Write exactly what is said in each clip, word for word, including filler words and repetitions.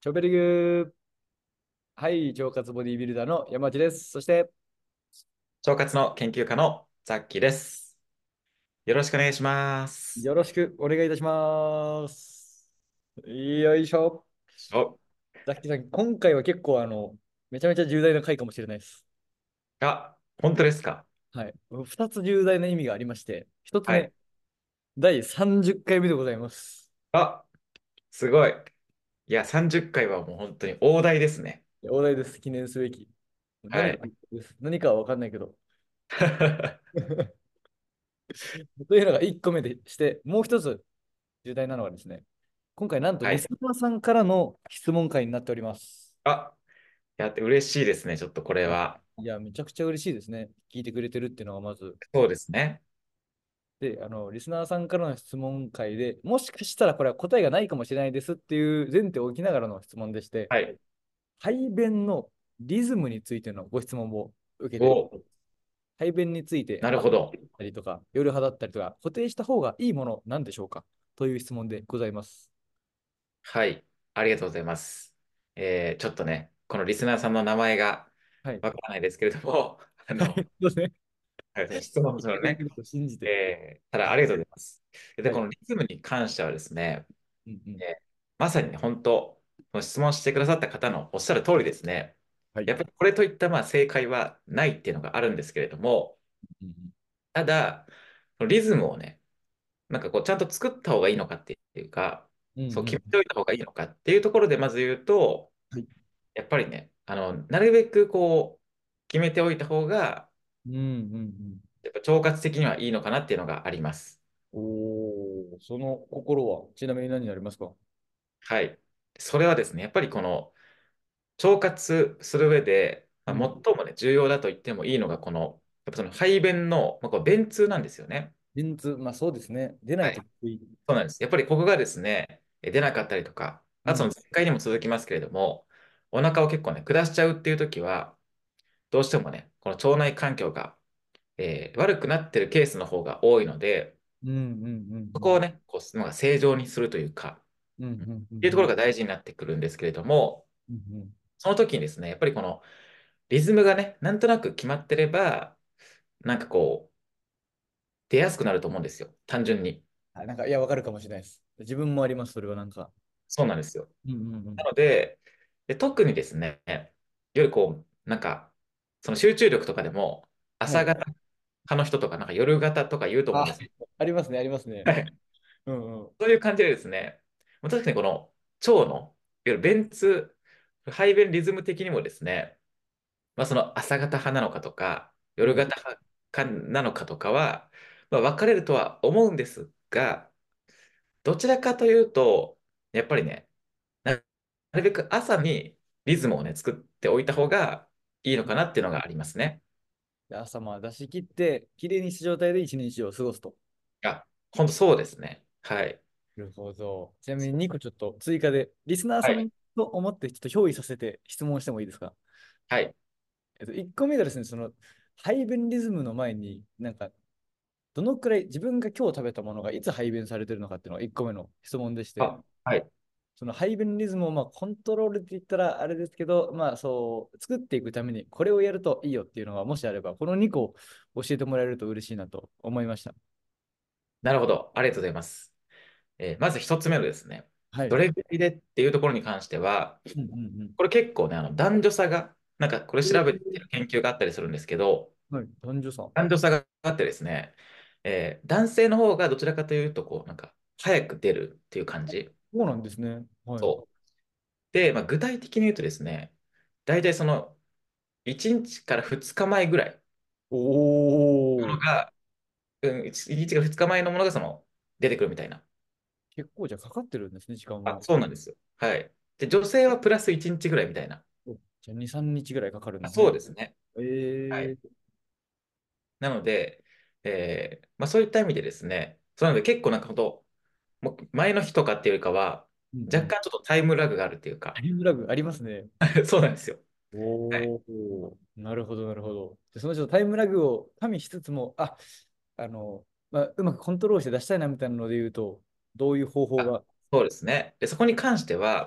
チョベリグ。はい、腸活ボディビルダーの山内です。そして、 腸活の研究家のザッキーです。よろしくお願いします。 よろしくお願いいたします。よいしょ。 お、 ザッキーさん、今回は結構、あの、めちゃめちゃ重大な回かもしれないです。 あ、本当ですか？ はい。二つ重大な意味がありまして、一つ目、 はい。 だいさんじゅっかいめでございます。 あ、すごい。いや、さんじゅっかいはもう本当に大台ですね。 大台です。記念すべき。何かはい。 です。何かは分かんないけど。というのがいっこめでして、もう一つ重大なのはですね、今回なんとはい。 リスナーさんからの質問会になっております。 あ、やって嬉しいですね。ちょっとこれはい。 は。 いや、めちゃくちゃ嬉しいですね。聞いてくれてるっていうのはまず。 そうですね。 で、あの、リスナーさんからの質問会で、もしかしたらこれは答えがないかもしれないですっていう前提を置きながらの質問でして、 はい。 排便のリズムについてのご質問を受けてる。 お、 排便について、朝だっなるほど。 たりとか、夜派だったりとか、固定した方がいいものなんでしょうかという質問でございます。 はい。ありがとうございます。えーちょっとね、このリスナーさんの名前がはい。 わからないですけれども、あはい。 の、 そうですね。 はい、その質問聞いそのね、 てくれてると信じて。 えーただありがとうございます。で、 はい。 このリズムに関してはですね、 うんうん。 えーまさにね、本当、この質問してくださった方のおっしゃる通りですね。 はい。 やっぱりこれといったまあ正解はないっていうのがあるんですけれども、 うんただ、このリズムをね、なんかこうちゃんと作った方がいいのかっていうか、 うん。うんうんうん。 そう決めておいた方がいいのかっていうところでまず言うと、 はい。 やっぱりね、あの、なるべくこう決めておいた方が、 うんうんうん。 やっぱ腸活的にはいいのかなっていうのがあります。 おー、その心はちなみに何になりますか？ はい。それはですね、やっぱりこの腸活する上で、まあ、 うん。 最もね、重要だと言ってもいいのが、この、やっぱその排便の、まあ、こう便通なんですよね。 便通、まあそうですね。出ないとはい。 きつい。 そうなんです。やっぱりここがですね、え出なかったりとか、あとそうん。 の前回にも続きますけれども、お腹を結構ね、下しちゃうっていう時は、どうしてもね、この腸内環境が、えー悪くなってるケースの方が多いので、 うんうんうんそこをね、こう、なんか正常にするというか、 うん。うんううんっんうんうん。 ていうところが大事になってくるんですけれども、 うんうん。 その時にですね、やっぱりこのリズムがね、なんとなく決まってれば、なんかこう、出やすくなると思うんですよ。単純に。 あ、なんか、いや、わかるかもしれないです。自分もあります、それはなんか。 そうなんですよ。 うんうんうん。 なので、で、特にですね、夜こう、なんか、その集中力とかでも、 はい。 朝型派の人とか、なんか夜型とか言うと思うんあ、 ですけありますね、ありますど、 ね。 はい。 うんうん。 そういう感じでですね、まあ確かにこの腸の、いわゆる便通、排便リズム的にもですね、まあ、その朝型派なのかとか、夜うん。 型派かなのかとかは、まあ、分かれるとは思うんですが、どちらかというと、やっぱりね、ななるべく朝にリズムをね、作っておいた方がいいのかなっていうのがありますね。 で朝まあ出し切って、きれいにした状態で一日を過ごすと。 あ、本当そうですね。はい。 なるほど。ちなみににこちょっと追加で、リスナーはい。 さんと思ってちょっと憑依させて質問してもいいですか？ はい。 えっと、いっこめがですね、その、排便リズムの前に、なんか、どのくらい自分が今日食べたものがいつ排便されてるのかっていうのがいっこめの質問でして、 あ、はい。 その排便リズムをまあコントロールって言ったらあれですけど、まあそう、作っていくためにこれをやるといいよっていうのがもしあれば、このにこ教えてもらえると嬉しいなと思いました。 なるほど。ありがとうございます。えーまず一つ目のですね、 はい。 どれぐらいでっていうところに関しては、 うんうんこれ結構ね、あの男女差が、なんかこれうん。 調べてえる研究があったりするんですけど、 ーはい。男女さん。 男女差があってですね、えー男性の方がどちらかというと、こう、なんか、早く出るっていう感じ。 そうなんですね。はい。 そう。で、まあ、具体的に言うとですね、大体その、いちにちからふつかまえぐらいおー。 のものが、うん、いちにちからふつかまえのものがその、出てくるみたいな。 結構じゃあかかってるんですね、時間あ、 は。 そうなんですよ。はい。で、女性はプラスいちにちぐらいみたいな。 おじゃあに、さんにちぐらいかかるんあ、 ですね。 そうですね。はい。 えー。 なので、えーまあ、そういった意味でですね、そうなので結構なんか本当、もう前の日とかっていうよりかは、 うんうん。 若干ちょっとタイムラグがあるっていうか、 タイムラグありますね。 そうなんですよ。はい。 おお、なるほど、なるほど。で、そのちょっとタイムラグを加味しつつも、あ、あの、まあ、うまくコントロールして出したいなみたいなので言うと、どういう方法あ、 が。 そうですね。で、そこに関しては、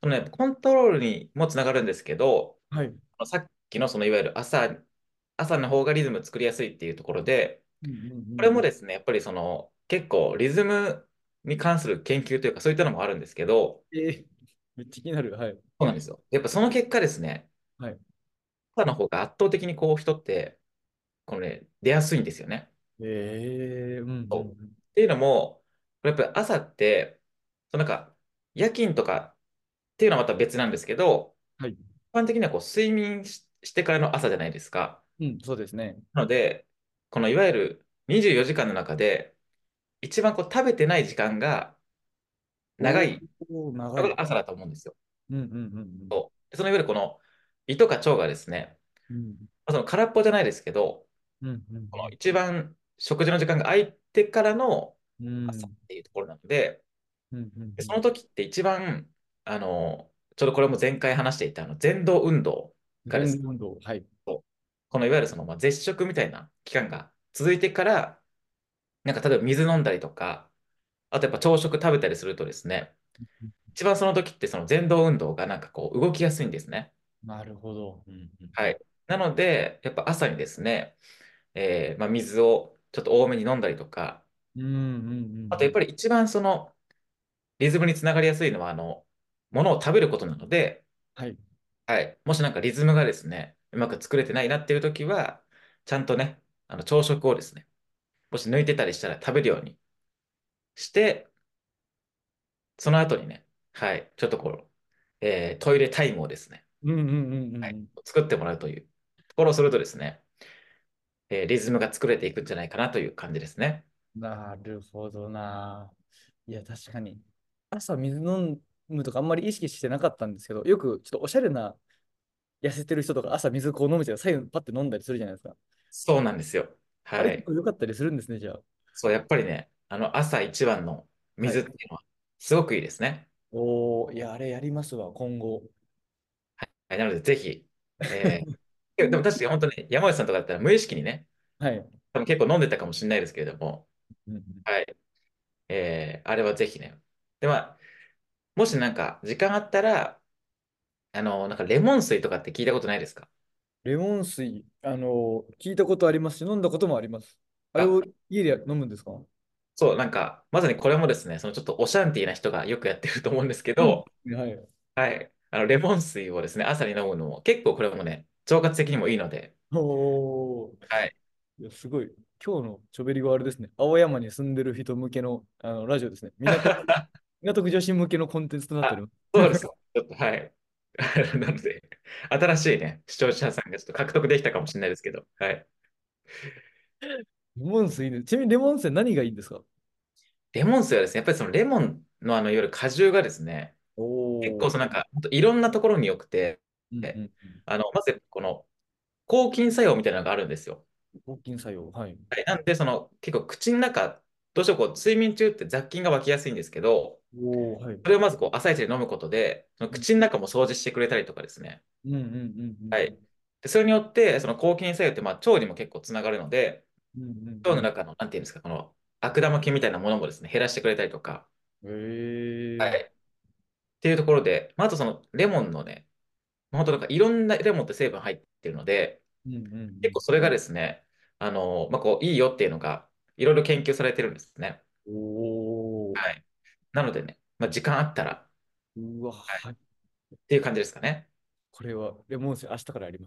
そのね、コントロールにもつながるんですけど、 はい。 さっきのそのいわゆる朝、朝の方がリズム作りやすいっていうところで、 うんうんうこれんうん。 もですね、やっぱりその結構リズムに関する研究というかそういったのもあるんですけど、 えー、めっちゃ気になる。はい。 そうなんですよ。やっぱその結果ですね、 はい。 朝の方が圧倒的にこう人って、このね、出やすいんですよね。 えー、うんうそうっんていうのも、やっぱり朝って、そのなんか夜勤とかっていうのはまた別なんですけど、 はい。 一般的にはこう睡眠し、してからの朝じゃないですか。 うん、そうですね。 なので、このいわゆるにじゅうよじかんの中で、一番こう食べてない時間が長おいお、長い。 のが朝だと思うんですよ。 うんうんうんでそのいわゆるこの胃とか腸がですね、 うん。うんまあその空っぽじゃないですけど、 うんうんこの一番食事の時間が空いてからのうん。うん朝っていうところなので、 うんうんでそうん。 の時って一番、あの、ちょうどこれも前回話していたあの前動運動がですね、 全運動。はい。 このいわゆるその、まあ、絶食みたいな期間が続いてから、なんか例えば水飲んだりとか、あとやっぱ朝食食べたりするとですね、一番その時ってその前動運動がなんかこう動きやすいんですね。 なるほど。うんうんうん。 はい。なので、やっぱ朝にですね、えーまあ、水をちょっと多めに飲んだりとか、 うんうんうんうん。 あとやっぱり一番そのリズムにつながりやすいのは、あの、ものを食べることなので、 はい。 はい。もしなんかリズムがですね、うまく作れてないなっていう時は、ちゃんとね、あの朝食をですね、もし抜いてたりしたら食べるようにして、その後にね、はい、ちょっとこう、えートイレタイムをですね、 うんうんうんうはい、 ん。 作ってもらうというところをするとですね、えーリズムが作れていくんじゃないかなという感じですね。 なるほどな。いや、確かに。朝水飲むとかあんまり意識してなかったんですけど、よくちょっとおしゃれな痩せてる人とか朝水こう飲むじゃん、左右パッて飲んだりするじゃないですか。 そうなんですよ。 あれはい。 結構良かったりするんですね、じゃあ。 そう、やっぱりね、あの朝一番のはい。 水っていうのはすごくいいですね。 おー、いや、あれやりますわ、今後。 はい、なので、ぜひ、えーでも確かに本当に山内さんとかだったら無意識にね、 はい。 多分結構飲んでたかもしれないですけれども、 うんうん。 はい。えーあれはぜひね。で、まあ、もしなんか時間あったら、あの、なんかレモン水とかって聞いたことないですか？ レモン水、あの、聞いたことありますし、飲んだこともあります。あれあ、 を家で飲むんですか？ そう、なんか、まさにこれもですね、そのちょっとオシャンティーな人がよくやってると思うんですけうん。 ど、 はい。 はい。あの、レモン水をですね、朝に飲むのも結構これもね、腸活的にもいいので、 おー、 はい。 いや、すごい。今日のちょべりはあれですね。青山に住んでる人向けの、あのラジオですね。港区、港区女子向けのコンテンツとなっておりあ、 ます。 そうですか。ちょっと、はい。なので、新しいね、視聴者さんがちょっと獲得できたかもしれないですけど、はい。 レモン水いいね。ちなみにレモン水何がいいんですか？ レモン水はですね、やっぱりそのレモンのあの、いわゆる果汁がですね、結おー。 構そのなんか、本当いろんなところに良くて、 うんうんうん。 あの、まずこの抗菌作用みたいなのがあるんですよ。 抗菌作用。はい。 はい、なんで、その結構口の中、どうしてもこう睡眠中って雑菌が湧きやすいんですけど、 おー、はい。 それをまずこう朝一で飲むことで、そのうん口の中も掃除してくれたりとかですね。 うんうんうんはい。で、それによって、その抗菌作用って、まあ、腸にも結構つながるので、 うんうんうん腸の中の、なんていうんですか、この悪玉菌みたいなものもですね、減らしてくれたりとか、 うん。へえ。 はい。っていうところで、まあ、あとそのレモンのね、本当なんかいろんなレモンって成分入ってるので、 うんうん結構それがですね、あの、まあ、こう、いいよっていうのが、いろいろ研究されてるんですね。 うん。おー。 はい。なのでね、まあ、時間あったら、 うわ、 はい、 はい。 っていう感じですかね。 これはレモン水明日からやります。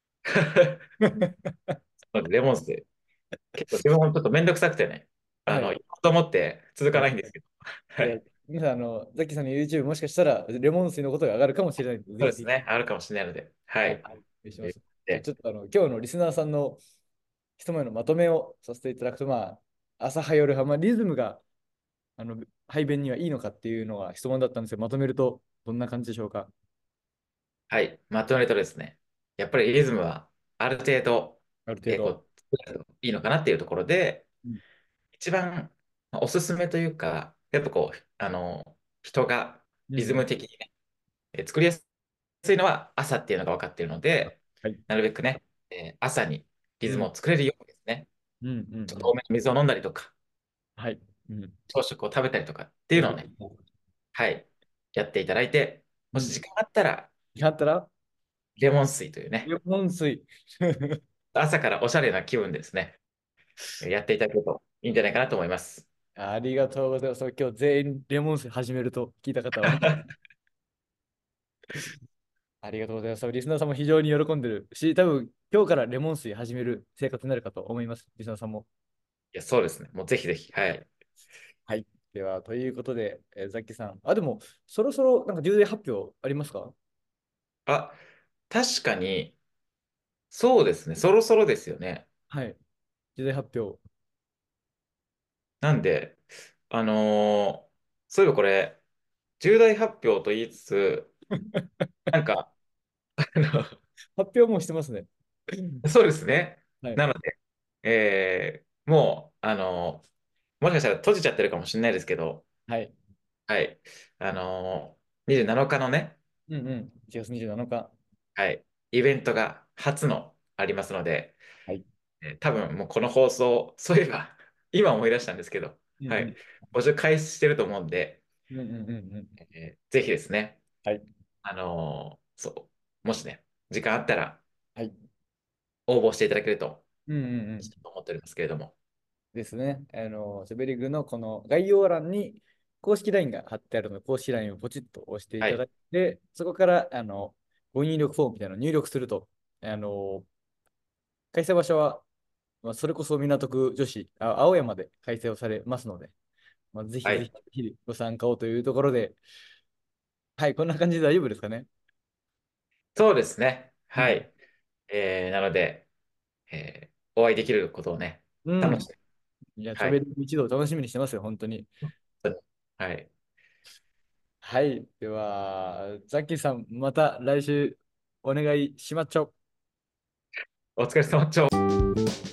なのでレモン水、結構自分もちょっとめんどくさくてね、あの、 はい。 やろうと思って続かはい。 ないんですけど、はいや、 い。 皆さん、あの、ザッキーさんの YouTube もしかしたらレモン水のことが上がるかもしれないので、ぜひぜひ。 そうですね、あるかもしれないので、ははい。 い。 お願いしまえす。じゃあ、 で、 ちょっとあの、今日のリスナーさんの一目のまとめをさせていただくと、まあ、朝派夜派、まあ、リズムが、あの、排便にはいいのかっていうのが質問だったんですよ。まとめると、どんな感じでしょうか？ はい、まとめるとですね、やっぱりリズムはある程度、 ある程度。 えーこう、いいのかなっていうところで、 うん。 一番まあおすすめというか、やっぱこう、あの、人がリズムうんうん。 的にね、えー作りやすいのは朝っていうのが分かっているので、 はい。 なるべくね、えー朝にリズムうん。 を作れるようにですね、 うんうんちょっと多うん。 めの水を飲んだりとか、 はい。うん。 朝食を食べたりとかっていう食べて。 のをね、はい、やっていただいて、 うん。 もし時間あったら、 やったら、 レモン水というね、 レモン水。 朝からおしゃれな気分でですね、やっていただけるといいんじゃないかなと思います。 ありがとうございます。今日全員レモン水始めると聞いた方は。ありがとうございます。リスナーさんも非常に喜んでるし、多分今日からレモン水始める生活になるかと思います。リスナーさんも。 いや、そうですね。もうぜひぜひ。はい。 はい。では、ということで、えーザッキさん。あ、でも、そろそろなんか重大発表ありますか？ あ、確かに、そうですね。そろそろですよね。 はい。重大発表。 なんで、あのーそういえばこれ、重大発表と言いつつ、なんか、あ発表もしてますね。 のそうですね。 はい。 なので、えーもう、あのーもしかしたら閉じちゃってるかもしれないですけど、 はい。 はい。あのー、にじゅうなのかのね、 うんうん。いちがつにじゅうなのか。 はい、イベントが初のありますので、 はい。 えー多分もうこの放送、そういえば、今思い出したんですけど、はい、 うんうん。 募集開始してると思うんで、 うんうんうんうん。 えーぜひですね、 はい。 あのーそう、もしね、時間あったらはい。 応募していただけるとうんうんうん。 思っておりますけれども、 ですね。あの、シャベリグのこの概要欄に公式 ライン が貼ってあるので、公式 ライン をポチッと押していはい、 ただいて、そこからあのご入力フォームみたいなのを入力すると、あの、開催場所は、まあ、それこそ港区女子、あ、青山で開催をされますので、まあ、ぜひはい、 ぜひご参加をというところで、はい、こんな感じで大丈夫ですかね。 そうですね、 うん。 はい、えーなので、えーお会いできることをね、 うん。 楽しみ、 いや、シャはい、 ベリグ一同楽しみにしてますよ、本当に。 はい、 はい。では、ザッキーさん、また来週お願いしまっちょ。 お疲れ様、ちょ